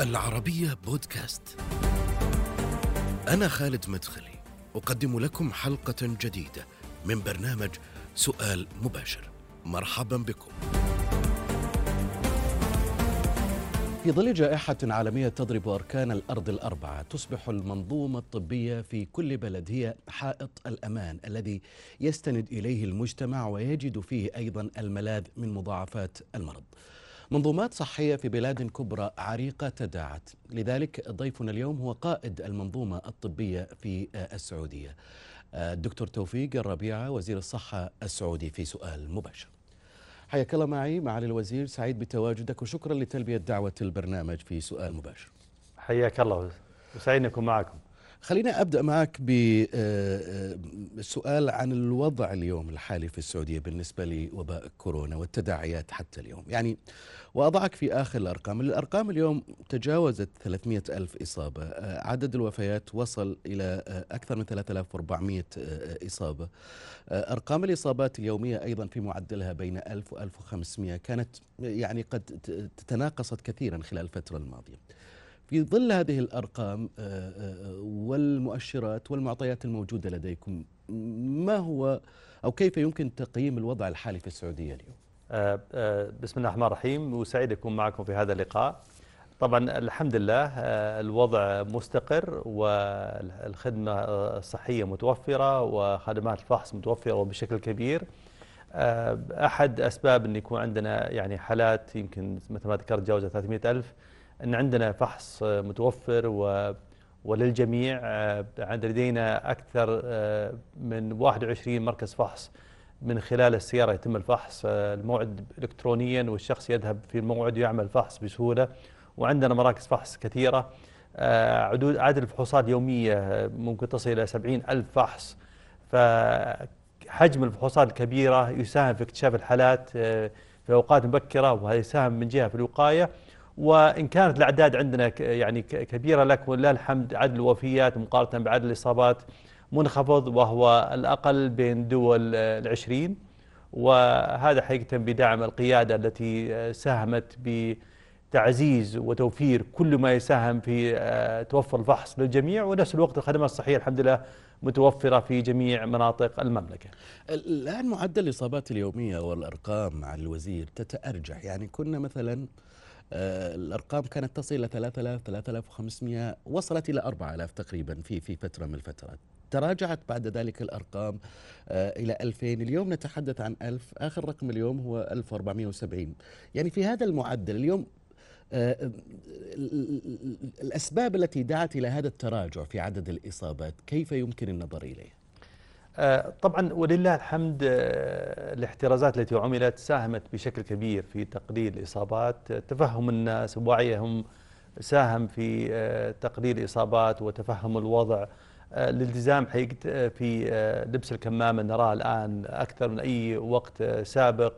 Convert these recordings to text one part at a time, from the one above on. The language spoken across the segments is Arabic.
العربية بودكاست. أنا خالد مدخلي أقدم لكم حلقة جديدة من برنامج سؤال مباشر. مرحبا بكم. في ظل جائحة عالمية تضرب أركان الأرض الأربعة، تصبح المنظومة الطبية في كل بلد هي حائط الأمان الذي يستند إليه المجتمع ويجد فيه أيضا الملاذ من مضاعفات المرض. منظومات صحية في بلاد كبرى عريقة تداعت، لذلك ضيفنا اليوم هو قائد المنظومة الطبية في السعودية، الدكتور توفيق الربيعة، وزير الصحة السعودي، في سؤال مباشر. حياك الله معي معالي الوزير، سعيد بتواجدك وشكرا لتلبية دعوة البرنامج في سؤال مباشر. حياك الله وسعيد نكون معكم. خلينا أبدأ معك بالسؤال عن الوضع اليوم الحالي في السعودية بالنسبة لوباء كورونا والتداعيات حتى اليوم، يعني وأضعك في آخر الأرقام اليوم تجاوزت 300 ألف إصابة، عدد الوفيات وصل إلى أكثر من 3400 إصابة، أرقام الإصابات اليومية أيضا في معدلها بين 1000 و 1500 كانت يعني قد تناقصت كثيرا خلال الفترة الماضية. في ظل هذه الأرقام والمؤشرات والمعطيات الموجودة لديكم، ما هو أو كيف يمكن تقييم الوضع الحالي في السعودية اليوم؟ بسم الله الرحمن الرحيم، وسعيد أكون معكم في هذا اللقاء. طبعا الحمد لله الوضع مستقر والخدمة الصحية متوفرة وخدمات الفحص متوفرة وبشكل كبير. أحد أسباب أن يكون عندنا يعني حالات يمكن مثل ما ذكرت تجاوزت 300 ألف، أن عندنا فحص متوفر وللجميع. لدينا أكثر من 21 مركز فحص من خلال السيارة يتم الفحص، الموعد إلكترونيا والشخص يذهب في الموعد ويعمل فحص بسهولة. وعندنا مراكز فحص كثيرة، عدد الفحوصات اليومية ممكن تصل إلى 70 ألف فحص. فحجم الفحوصات الكبيرة يساهم في اكتشاف الحالات في أوقات مبكرة، وهذا يساهم من جهة في الوقاية. وإن كانت الأعداد عندنا يعني كبيرة، لكن ولله الحمد عدد الوفيات مقارنة بعدد الإصابات منخفض، وهو الأقل بين دول ال20. وهذا حقيقة بدعم القيادة التي ساهمت بتعزيز وتوفير كل ما يساهم في توفر الفحص للجميع، ونفس الوقت الخدمات الصحية الحمد لله متوفرة في جميع مناطق المملكة. الآن معدل الإصابات اليومية والأرقام مع الوزير تتأرجح، يعني كنا مثلا الأرقام كانت تصل إلى 3000 3500، وصلت إلى 4000 تقريبا في فترة من الفترات، تراجعت بعد ذلك الأرقام إلى 2000، اليوم نتحدث عن 1000، آخر رقم اليوم هو 1470. يعني في هذا المعدل اليوم الأسباب التي دعت إلى هذا التراجع في عدد الإصابات كيف يمكن النظر إليها؟ طبعا ولله الحمد الاحترازات التي عملت ساهمت بشكل كبير في تقليل الإصابات. تفهم الناس ووعيهم ساهم في تقليل الإصابات وتفهم الوضع. الالتزام حقيقة في لبس الكمامة نراه الآن أكثر من أي وقت سابق.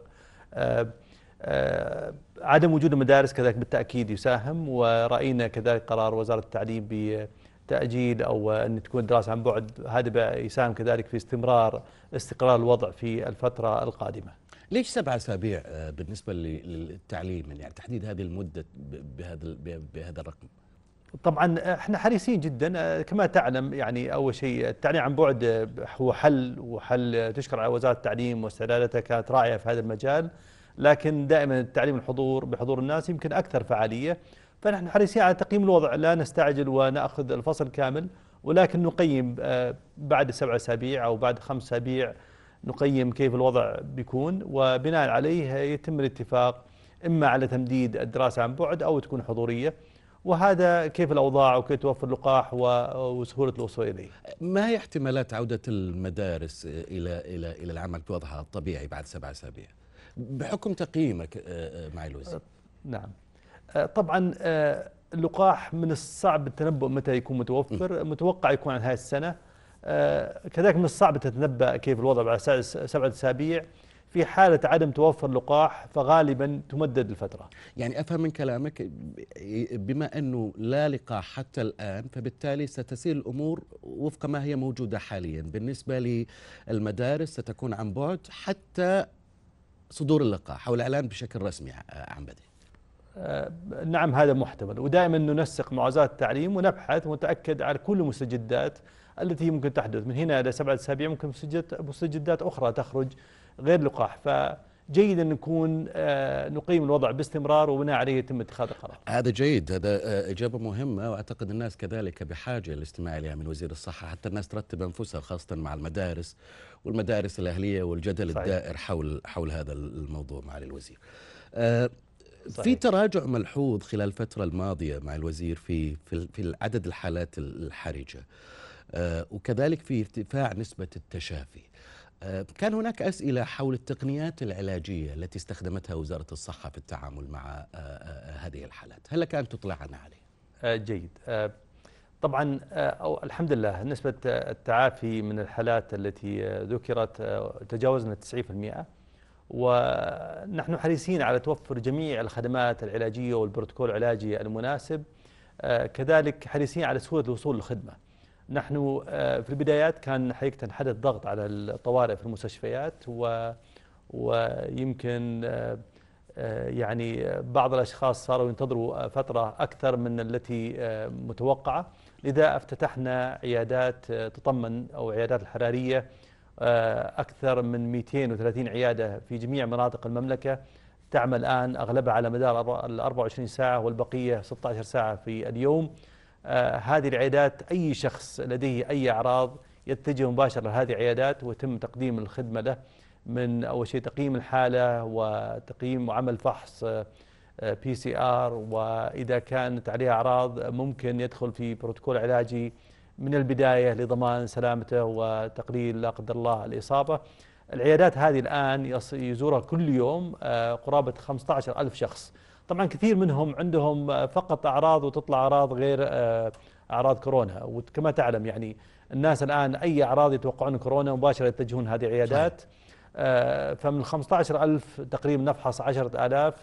عدم وجود المدارس كذلك بالتأكيد يساهم، ورأينا كذلك قرار وزارة التعليم تأجيل أو أن تكون دراسة عن بعد، هذا يساهم كذلك في استقرار الوضع في الفترة القادمة. ليش 7 أسابيع بالنسبة للتعليم، يعني تحديد هذه المدة بهذا الرقم؟ طبعا احنا حريصين جدا كما تعلم، يعني أول شيء التعليم عن بعد هو حل تشكر على وزارة التعليم واستعداداتها كانت راعية في هذا المجال، لكن دائما التعليم بحضور الناس يمكن أكثر فعالية. فنحن حريصين على تقييم الوضع، لا نستعجل ونأخذ الفصل كامل، ولكن نقيم بعد 7 أسابيع أو بعد 5 أسابيع نقيم كيف الوضع بيكون، وبناء عليه يتم الاتفاق إما على تمديد الدراسة عن بعد أو تكون حضورية، وهذا كيف الأوضاع وكيف توفر اللقاح وسهولة الوصول إليه. ما هي احتمالات عودة المدارس إلى العمل بوضعها الطبيعي بعد 7 أسابيع بحكم تقييمك مع الوزير؟ نعم، طبعا اللقاح من الصعب التنبؤ متى يكون متوفر، متوقع يكون عن هذه السنة. كذلك من الصعب تتنبأ كيف الوضع بعد 7 أسابيع. في حالة عدم توفر لقاح فغالبا تمدد الفترة. يعني أفهم من كلامك بما أنه لا لقاح حتى الآن، فبالتالي ستسير الأمور وفق ما هي موجودة حاليا. بالنسبة للمدارس ستكون عن بعد حتى صدور اللقاح أو الإعلان بشكل رسمي عن بدء. نعم هذا محتمل، ودائما ننسق معوزات التعليم ونبحث ونتأكد على كل المستجدات التي ممكن تحدث. من هنا إلى 7 أسابيع ممكن مستجدات أخرى تخرج غير لقاح، فجيد أن نكون نقيم الوضع باستمرار وبناء عليه يتم اتخاذ القرار. هذا جيد، هذا إجابة مهمة، وأعتقد الناس كذلك بحاجة للاستماع إليها من وزير الصحة، حتى الناس ترتب أنفسها خاصة مع المدارس والمدارس الأهلية والجدل صحيح. الدائر حول هذا الموضوع معالي الوزير. في تراجع ملحوظ خلال الفترة الماضية مع الوزير في عدد الحالات الحرجة، وكذلك في ارتفاع نسبة التشافي. كان هناك أسئلة حول التقنيات العلاجية التي استخدمتها وزارة الصحة في التعامل مع هذه الحالات، هل لك أن تطلعنا عليه؟ جيد. طبعا الحمد لله نسبة التعافي من الحالات التي ذكرت تجاوزنا 90%، ونحن حريصين على توفر جميع الخدمات العلاجية والبروتوكول العلاجي المناسب، كذلك حريصين على سهولة الوصول للخدمة. نحن في البدايات كان حقيقة حدث ضغط على الطوارئ في المستشفيات، ويمكن يعني بعض الأشخاص صاروا ينتظروا فترة أكثر من التي متوقعة، لذا افتتحنا عيادات تطمن أو عيادات الحرارية أكثر من 230 عيادة في جميع مناطق المملكة، تعمل الآن أغلبها على مدار ال 24 ساعة والبقية 16 ساعة في اليوم. هذه العيادات أي شخص لديه أي أعراض يتجه مباشرة لهذه العيادات ويتم تقديم الخدمة له، من أول شيء تقييم الحالة وتقييم وعمل فحص PCR، وإذا كانت عليها أعراض ممكن يدخل في بروتوكول علاجي من البداية لضمان سلامته وتقليل لا قدر الله الإصابة. العيادات هذه الآن يزورها كل يوم قرابة 15,000 شخص. طبعا كثير منهم عندهم فقط أعراض وتطلع أعراض غير أعراض كورونا، وكما تعلم يعني الناس الآن أي أعراض يتوقعون كورونا مباشرة يتجهون هذه العيادات. فمن 15,000 تقريبا نفحص 10,000،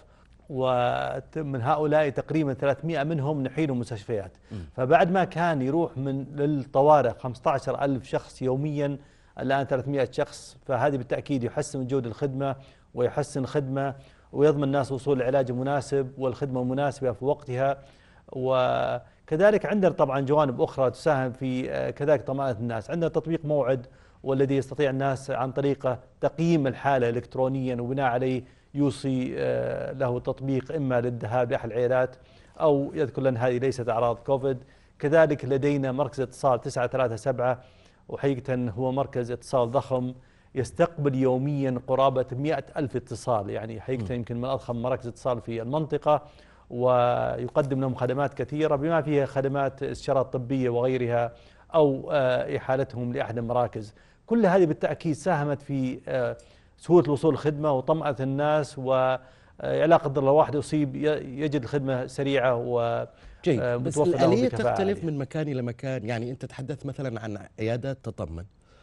ومن هؤلاء تقريبا 300 منهم نحيلهم مستشفيات. فبعد ما كان يروح من للطوارئ 15,000 شخص يوميا، الآن 300 شخص، فهذه بالتأكيد يحسن من جودة الخدمة ويحسن الخدمة ويضمن الناس وصول العلاج المناسب والخدمة المناسبة في وقتها. وكذلك عندنا طبعا جوانب أخرى تساهم في كذلك طمأنة الناس. عندنا تطبيق موعد، والذي يستطيع الناس عن طريقه تقييم الحالة إلكترونيا، وبناء عليه يوصي له تطبيق إما للذهاب لأحد العيادات أو يذكر لأن هذه ليست أعراض كوفيد. كذلك لدينا مركز اتصال 937، وحقيقة هو مركز اتصال ضخم يستقبل يوميا قرابة 100,000 اتصال، يعني حقيقة يمكن من أضخم مراكز اتصال في المنطقة، ويقدم لهم خدمات كثيرة بما فيها خدمات استشارات طبية وغيرها، أو إحالتهم لأحد المراكز. كل هذه بالتأكيد ساهمت في سهولة الوصول للخدمة وطمأنة الناس، ولا قدر الله واحد يصيب يجد الخدمة سريعة ومتوفرة. بس الآلية تختلف من مكان إلى مكان، يعني أنت تحدثت مثلا عن عيادات تطمن،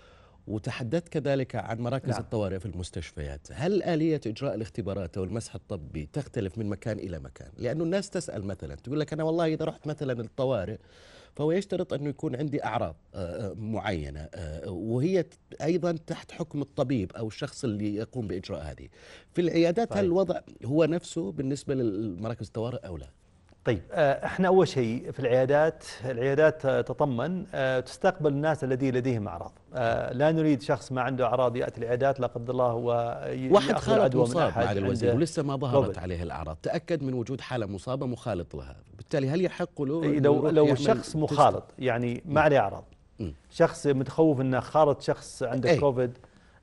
وتحدثت كذلك عن مراكز نعم. الطوارئ في المستشفيات. هل آلية إجراء الاختبارات أو المسح الطبي تختلف من مكان إلى مكان؟ لأنه الناس تسأل مثلا، تقول لك أنا والله إذا رحت مثلا الطوارئ فهو يشترط أنه يكون عندي أعراض معينة، وهي أيضا تحت حكم الطبيب أو الشخص اللي يقوم بإجراء هذه. في العيادات طيب. هل الوضع هو نفسه بالنسبة للمراكز الطوارئ أو لا؟ طيب احنا اول شيء في العيادات تطمن تستقبل الناس الذي لديهم اعراض. لا نريد شخص ما عنده اعراض ياتي العيادات لا قدر الله واحد خالط مصاب مع الوزير ولسه ما ظهرت عليه الاعراض، تاكد من وجود حاله مصابه مخالط لها، بالتالي هل يحق له لو الشخص مخالط يعني ما عليه اعراض، شخص متخوف انه خالط شخص عنده كوفيد،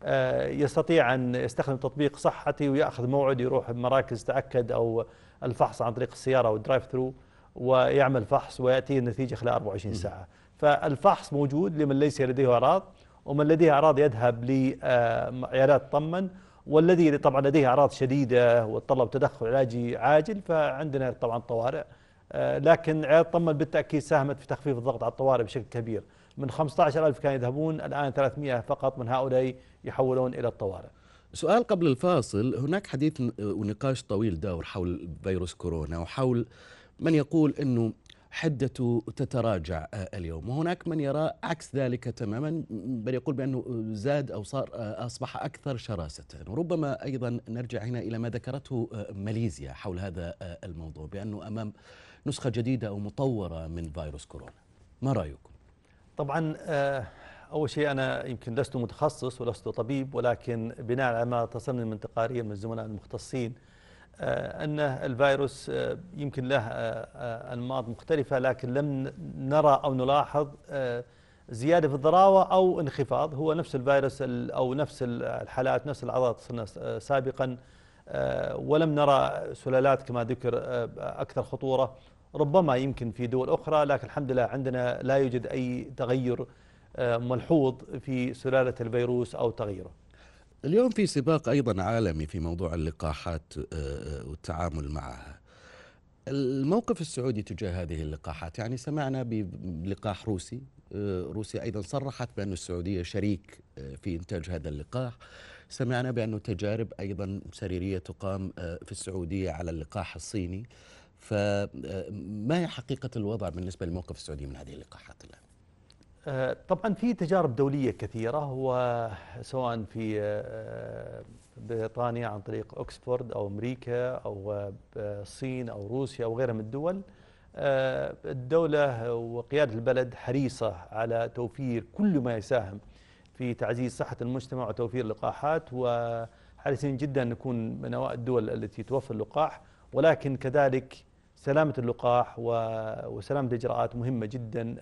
يستطيع ان يستخدم تطبيق صحتي وياخذ موعد يروح بمراكز تاكد او الفحص عن طريق السيارة أو الدرايف ثرو، ويعمل فحص ويأتيه النتيجة خلال 24 ساعة. فالفحص موجود لمن ليس لديه أعراض، ومن لديه أعراض يذهب لعيادات طمن، والذي طبعا لديه أعراض شديدة وتطلب تدخل علاجي عاجل فعندنا طبعا طوارئ. لكن عيادة طمن بالتأكيد ساهمت في تخفيف الضغط على الطوارئ بشكل كبير. من 15,000 كانوا يذهبون، الآن 300 فقط من هؤلاء يحولون إلى الطوارئ. سؤال قبل الفاصل، هناك حديث ونقاش طويل داور حول فيروس كورونا، وحول من يقول أنه حدته تتراجع اليوم، وهناك من يرى عكس ذلك تماما، بل يقول بأنه زاد أو أصبح أكثر شراسة. وربما أيضا نرجع هنا إلى ما ذكرته ماليزيا حول هذا الموضوع، بأنه أمام نسخة جديدة أو مطورة من فيروس كورونا. ما رأيكم؟ طبعا أول شيء أنا يمكن لست متخصص ولست طبيب، ولكن بناء على ما تصلني من تقارير من الزملاء المختصين أن الفيروس يمكن له أنماط مختلفة، لكن لم نرى أو نلاحظ زيادة في الضراوة أو انخفاض. هو نفس الفيروس أو نفس الحالات، نفس الأعراض صرنا سابقا، ولم نرى سلالات كما ذكر أكثر خطورة. ربما يمكن في دول أخرى، لكن الحمد لله عندنا لا يوجد أي تغير ملحوظ في سلالة الفيروس أو تغيره. اليوم في سباق أيضا عالمي في موضوع اللقاحات والتعامل معها. الموقف السعودي تجاه هذه اللقاحات، يعني سمعنا بلقاح روسي، روسيا أيضا صرحت بأن السعودية شريك في إنتاج هذا اللقاح. سمعنا بأن تجارب أيضا سريرية تقام في السعودية على اللقاح الصيني. فما هي حقيقة الوضع بالنسبة للموقف السعودي من هذه اللقاحات الآن؟ طبعا في تجارب دولية كثيرة، وسواء في بريطانيا عن طريق أكسفورد أو أمريكا أو الصين أو روسيا أو غيرها من الدول. الدولة وقيادة البلد حريصة على توفير كل ما يساهم في تعزيز صحة المجتمع وتوفير اللقاحات، وحريصين جدا أن نكون من أوائل الدول التي توفر اللقاح. ولكن كذلك سلامة اللقاح وسلامة الإجراءات مهمة جدا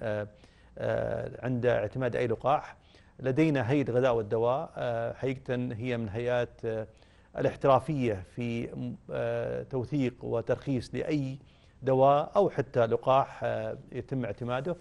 عند اعتماد أي لقاح. لدينا هيئة الغذاء والدواء، حقيقة هي من هيئات الاحترافية في توثيق وترخيص لأي دواء أو حتى لقاح يتم اعتماده.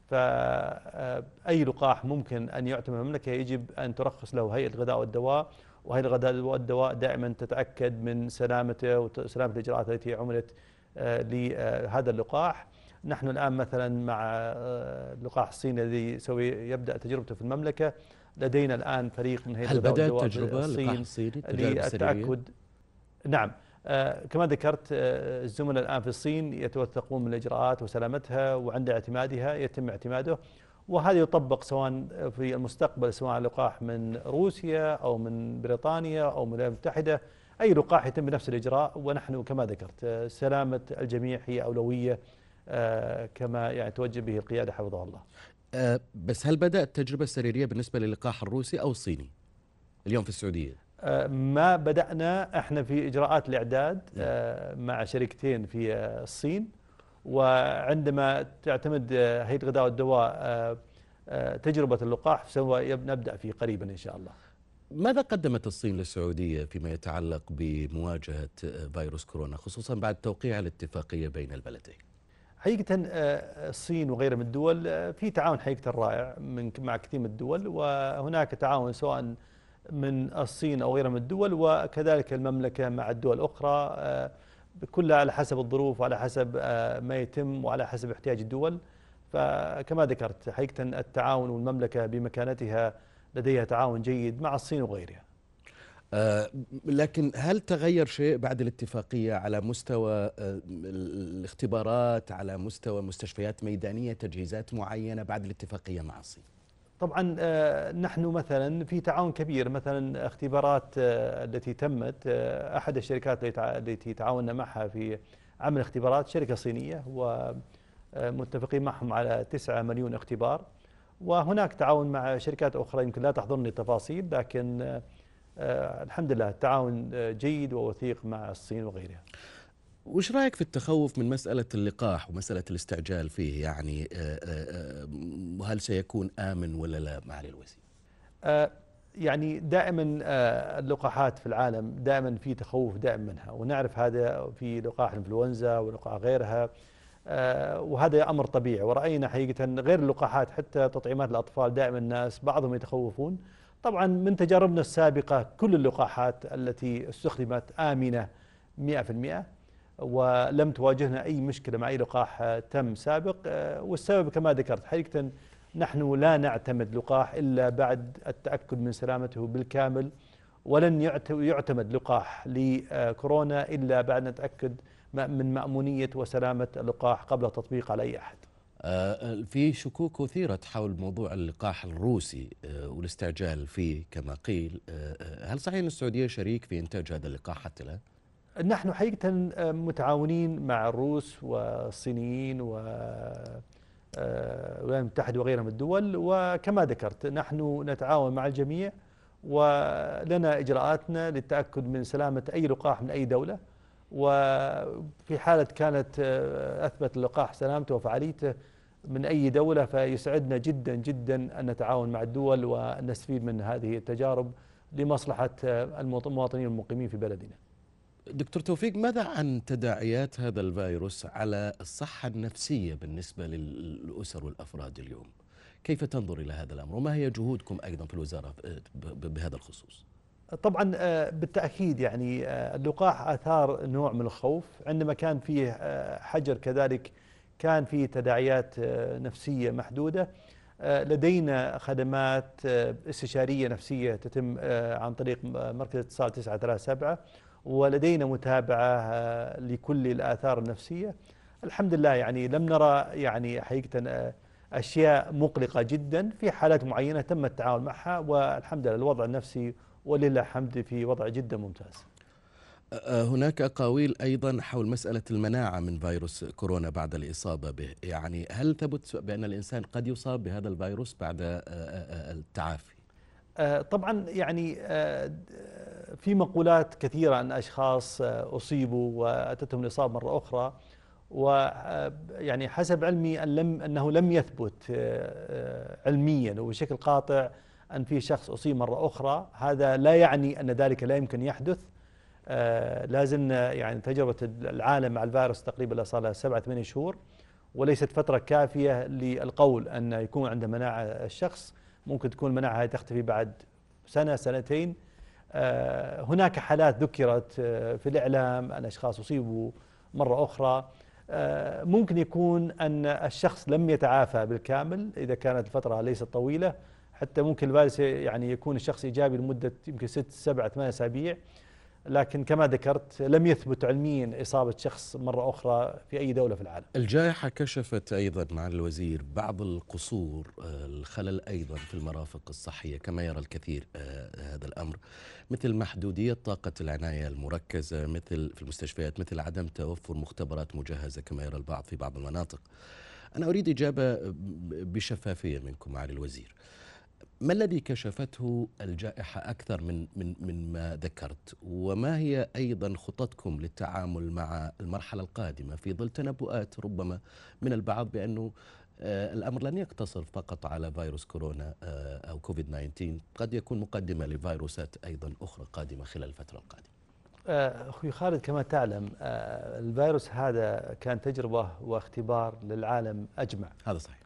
فأي لقاح ممكن أن يعتمد المملكة يجب أن ترخص له هيئة الغذاء والدواء، وهيئة الغذاء والدواء دائما تتأكد من سلامته وسلامة الإجراءات التي عملت لهذا اللقاح. نحن الآن مثلا مع اللقاح الصيني الذي يبدأ تجربته في المملكة، لدينا الآن فريق من هيئة الغذاء والدواء تجربة اللقاح الصيني للتأكد. نعم، كما ذكرت الزملاء الآن في الصين يتوثقون من الإجراءات وسلامتها، وعند اعتمادها يتم اعتماده. وهذا يطبق سواء في المستقبل، سواء لقاح من روسيا أو من بريطانيا أو من الولايات المتحدة، أي لقاح يتم بنفس الإجراء. ونحن كما ذكرت سلامة الجميع هي أولوية كما يعني توجه به القيادة حفظها الله. بس هل بدأت التجربة السريرية بالنسبة للقاح الروسي أو الصيني اليوم في السعودية؟ ما بدأنا احنا في إجراءات الإعداد مع شركتين في الصين، وعندما تعتمد هيئة الغذاء والدواء تجربة اللقاح سوف نبدأ فيه قريبا إن شاء الله. ماذا قدمت الصين للسعودية فيما يتعلق بمواجهة فيروس كورونا، خصوصا بعد توقيع الاتفاقية بين البلدين؟ حقيقة الصين وغيرها من الدول في تعاون حقيقة رائع مع كثير من الدول، وهناك تعاون سواء من الصين أو غيرها من الدول، وكذلك المملكة مع الدول الأخرى، كلها على حسب الظروف وعلى حسب ما يتم وعلى حسب احتياج الدول. فكما ذكرت حقيقة التعاون، والمملكة بمكانتها لديها تعاون جيد مع الصين وغيرها. لكن هل تغير شيء بعد الاتفاقية على مستوى الاختبارات، على مستوى مستشفيات ميدانية، تجهيزات معينة بعد الاتفاقية مع الصين؟ طبعا نحن مثلا في تعاون كبير، مثلا اختبارات التي تمت، أحد الشركات التي تعاوننا معها في عمل اختبارات شركة صينية، ومتفقين معهم على 9 مليون اختبار. وهناك تعاون مع شركات أخرى يمكن لا تحضرني التفاصيل، لكن الحمد لله التعاون جيد ووثيق مع الصين وغيرها. وش رأيك في التخوف من مسألة اللقاح ومسألة الاستعجال فيه؟ يعني هل سيكون آمن ولا لا معالي الوزير؟ يعني دائما اللقاحات في العالم دائما في تخوف دائم منها، ونعرف هذا في لقاح الانفلونزا ولقاح غيرها، وهذا أمر طبيعي. ورأينا حقيقة غير اللقاحات حتى تطعيمات الأطفال دائما الناس بعضهم يتخوفون. طبعا من تجاربنا السابقة كل اللقاحات التي استخدمت آمنة 100%، ولم تواجهنا أي مشكلة مع أي لقاح تم سابق. والسبب كما ذكرت حقيقة نحن لا نعتمد لقاح إلا بعد التأكد من سلامته بالكامل، ولن يعتمد لقاح لكورونا إلا بعد أن نتأكد من مأمونية وسلامة اللقاح قبل التطبيق على أي أحد. في شكوك أثيرت حول موضوع اللقاح الروسي والاستعجال فيه كما قيل. هل صحيح أن السعودية شريك في إنتاج هذا اللقاح حتى الآن؟ نحن حقيقة متعاونين مع الروس والصينيين والولايات المتحدة وغيرها من الدول، وكما ذكرت نحن نتعاون مع الجميع، ولنا إجراءاتنا للتأكد من سلامة أي لقاح من أي دولة، وفي حالة كانت أثبت اللقاح سلامته وفعاليته من أي دولة فيسعدنا جدا جدا أن نتعاون مع الدول ونستفيد من هذه التجارب لمصلحة المواطنين المقيمين في بلدنا. دكتور توفيق، ماذا عن تداعيات هذا الفيروس على الصحة النفسية بالنسبة للأسر والأفراد اليوم؟ كيف تنظر إلى هذا الأمر وما هي جهودكم أيضا في الوزارة بهذا الخصوص؟ طبعا بالتأكيد يعني اللقاح أثار نوع من الخوف. عندما كان فيه حجر كذلك كان فيه تداعيات نفسية محدودة. لدينا خدمات استشارية نفسية تتم عن طريق مركز اتصال 937، ولدينا متابعة لكل الآثار النفسية. الحمد لله يعني لم نرى يعني حقيقة أشياء مقلقة جدا. في حالات معينة تم التعامل معها، والحمد لله الوضع النفسي ولله الحمد في وضع جدا ممتاز. هناك أقاويل أيضا حول مسألة المناعة من فيروس كورونا بعد الإصابة به، يعني هل ثبت بأن الإنسان قد يصاب بهذا الفيروس بعد التعافي؟ طبعا يعني في مقولات كثيرة أن أشخاص أصيبوا وأتتهم الإصابة مرة أخرى، ويعني حسب علمي أنه لم يثبت علميا وبشكل قاطع أن في شخص أصيب مرة أخرى. هذا لا يعني أن ذلك لا يمكن يحدث. لازلنا يعني تجربة العالم مع الفيروس تقريبا صار لها 7-8 شهور، وليست فترة كافية للقول أن يكون عنده مناعة الشخص. ممكن تكون المناعة تختفي بعد سنة سنتين. هناك حالات ذكرت في الإعلام أن أشخاص أصيبوا مرة أخرى. ممكن يكون أن الشخص لم يتعافى بالكامل إذا كانت الفترة ليست طويلة. حتى ممكن الفيروس يعني يكون الشخص إيجابي لمدة يمكن 6-7-8 أسابيع، لكن كما ذكرت لم يثبت علميا إصابة شخص مرة أخرى في أي دولة في العالم. الجائحة كشفت أيضا مع الوزير بعض القصور، الخلل أيضا في المرافق الصحية كما يرى الكثير هذا الأمر، مثل محدودية طاقة العناية المركزة مثل في المستشفيات، مثل عدم توفر مختبرات مجهزة كما يرى البعض في بعض المناطق. أنا أريد إجابة بشفافية منكم معالي الوزير. ما الذي كشفته الجائحة أكثر من ما ذكرت، وما هي أيضا خططكم للتعامل مع المرحلة القادمة في ظل تنبؤات ربما من البعض بأنه الأمر لن يقتصر فقط على فيروس كورونا أو كوفيد-19، قد يكون مقدمة لفيروسات أيضا أخرى قادمة خلال الفترة القادمة؟ أخوي خالد، كما تعلم الفيروس هذا كان تجربة واختبار للعالم أجمع. هذا صحيح.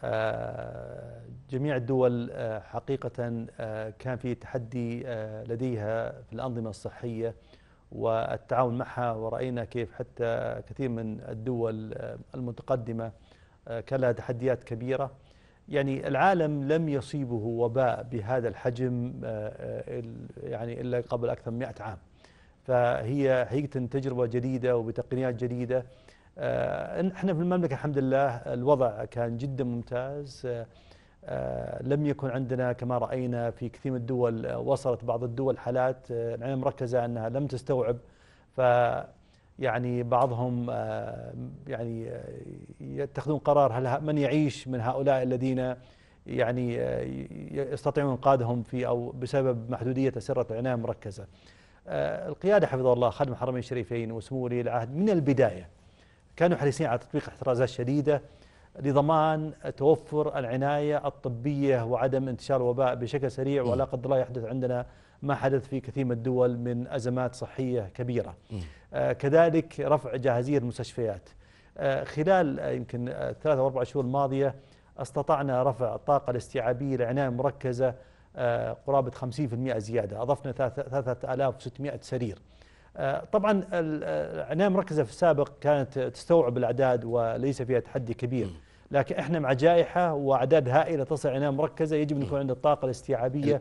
جميع الدول حقيقة كان في تحدي لديها في الأنظمة الصحية والتعاون معها، ورأينا كيف حتى كثير من الدول المتقدمة كان لها تحديات كبيرة. يعني العالم لم يصيبه وباء بهذا الحجم يعني إلا قبل أكثر من 100 عام. فهي حقيقة تجربة جديدة وبتقنيات جديدة. احنا في المملكة الحمد لله الوضع كان جدا ممتاز. لم يكن عندنا كما رأينا في كثير من الدول، وصلت بعض الدول حالات العناية مركزة أنها لم تستوعب، يعني بعضهم يعني يتخذون قرار هل من يعيش من هؤلاء الذين يعني يستطيعون إنقاذهم في أو بسبب محدودية أسرة العناية المركزة. القيادة حفظه الله خادم الحرمين الشريفين وسمو ولي العهد من البداية كانوا حريصين على تطبيق احترازات شديدة لضمان توفر العناية الطبية وعدم انتشار الوباء بشكل سريع، ولا قدر الله يحدث عندنا ما حدث في كثير من الدول من أزمات صحية كبيرة. كذلك رفع جاهزية المستشفيات. خلال يمكن 3 أو 4 شهور الماضية استطعنا رفع الطاقة الاستيعابية للعناية المركزة قرابة 50% زيادة، أضفنا 3600 سرير. طبعا العناية المركزة في السابق كانت تستوعب الأعداد وليس فيها تحدي كبير، لكن احنا مع جائحة وأعداد هائلة تصل عناية مركزة يجب أن يكون عندنا الطاقة الاستيعابية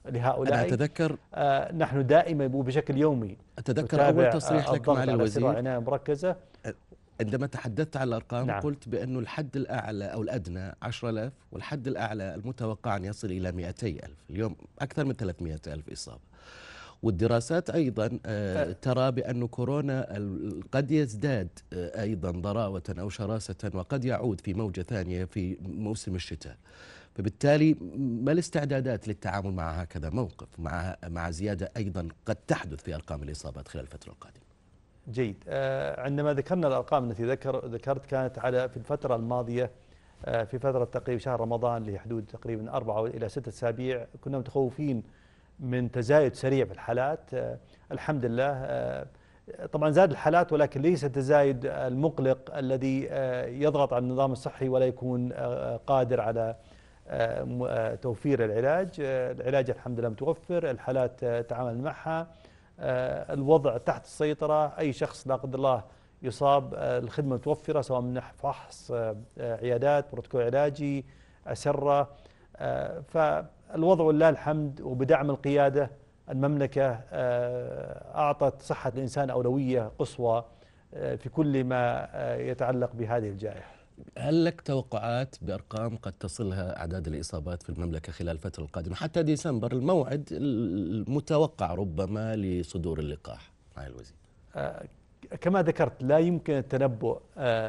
لهؤلاء. أنا أتذكر نحن دائما وبشكل يومي أول تصريح لك مع الوزير عناية مركزة. عندما تحدثت عن الأرقام نعم. قلت بأنه الحد الأعلى أو الأدنى 10,000 والحد الأعلى المتوقع أن يصل إلى 200,000. اليوم أكثر من 300,000 إصابة. والدراسات أيضا ترى بأن كورونا قد يزداد أيضا ضراوة أو شراسة وقد يعود في موجة ثانية في موسم الشتاء. فبالتالي ما الاستعدادات للتعامل مع هكذا موقف مع زيادة أيضا قد تحدث في أرقام الإصابات خلال الفترة القادمة؟ جيد. عندما ذكرنا الأرقام التي ذكرت كانت في الفترة الماضية، في فترة تقريبا شهر رمضان لحدود تقريبا 4 إلى 6 أسابيع كنا متخوفين من تزايد سريع في الحالات. الحمد لله طبعا زاد الحالات، ولكن ليس التزايد المقلق الذي يضغط على النظام الصحي ولا يكون قادر على توفير العلاج. العلاج الحمد لله متوفر، الحالات تعامل معها، الوضع تحت السيطرة. أي شخص لا قدر الله يصاب الخدمة متوفرة، سواء من فحص، عيادات، بروتوكول علاجي، أسرة. فالوضع ولله الحمد، وبدعم القيادة المملكة أعطت صحة الإنسان أولوية قصوى في كل ما يتعلق بهذه الجائحة. هل لك توقعات بأرقام قد تصلها أعداد الإصابات في المملكة خلال الفترة القادمة حتى ديسمبر، الموعد المتوقع ربما لصدور اللقاح مع الوزير؟ كما ذكرت لا يمكن التنبؤ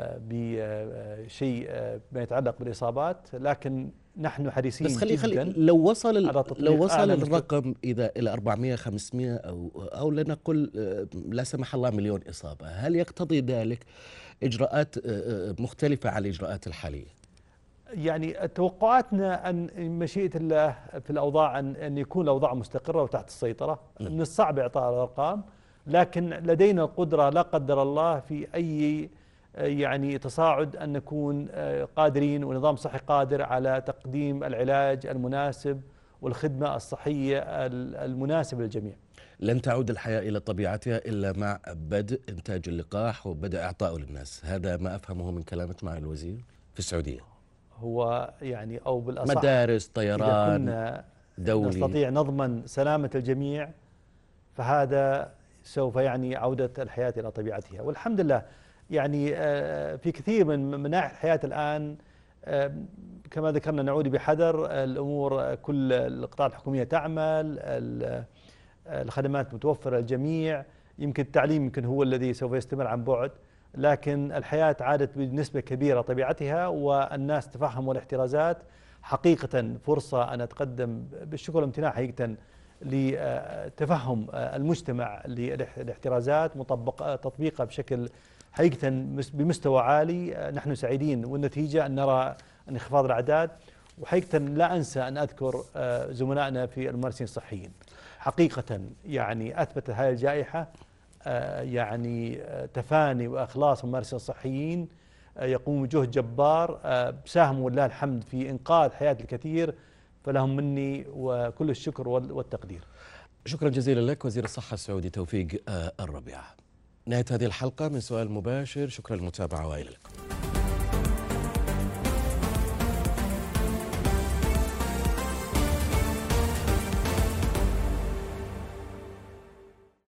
بشيء ما يتعلق بالإصابات، لكن نحن حريصين بس خلي جدا. لو وصل الرقم إذا إلى 400 500 أو لنقل لا سمح الله مليون إصابة، هل يقتضي ذلك إجراءات مختلفة عن الإجراءات الحالية؟ يعني توقعاتنا أن مشيئة الله في الأوضاع أن يكون الأوضاع مستقرة وتحت السيطرة. من الصعب إعطاء الأرقام، لكن لدينا القدرة لا قدر الله في أي يعني تصاعد أن نكون قادرين، ونظام صحي قادر على تقديم العلاج المناسب والخدمة الصحية المناسبة للجميع. لن تعود الحياة إلى طبيعتها إلا مع بدء إنتاج اللقاح وبدء إعطائه للناس، هذا ما أفهمه من كلامك مع الوزير في السعودية. هو يعني أو بالأصح مدارس، طيران، إذا كنا دولي نستطيع نضمن سلامة الجميع فهذا سوف يعني عودة الحياة إلى طبيعتها. والحمد لله يعني في كثير من مناحي الحياة الآن كما ذكرنا نعود بحذر. الأمور كل القطاعات الحكومية تعمل، الخدمات متوفرة للجميع. يمكن التعليم يمكن هو الذي سوف يستمر عن بعد، لكن الحياة عادت بنسبة كبيرة طبيعتها، والناس تفهموا الاحترازات. حقيقة فرصة أن أتقدم بالشكر والامتنان حقيقة لتفهم المجتمع للاحترازات، تطبيقها بشكل حقيقة بمستوى عالي. نحن سعيدين، والنتيجة أن نرى انخفاض الأعداد. وحقيقة لا أنسى أن أذكر زملائنا في الممارسين الصحيين. حقيقة يعني أثبتت هذه الجائحة يعني تفاني وإخلاص الممارسين الصحيين، يقومون بجهد جبار، ساهموا ولله الحمد في إنقاذ حياة الكثير، فلهم مني وكل الشكر والتقدير. شكرا جزيلا لك وزير الصحة السعودي توفيق الربيع. نهاية هذه الحلقة من سؤال مباشر، شكرا للمتابعة وإلى اللقاء.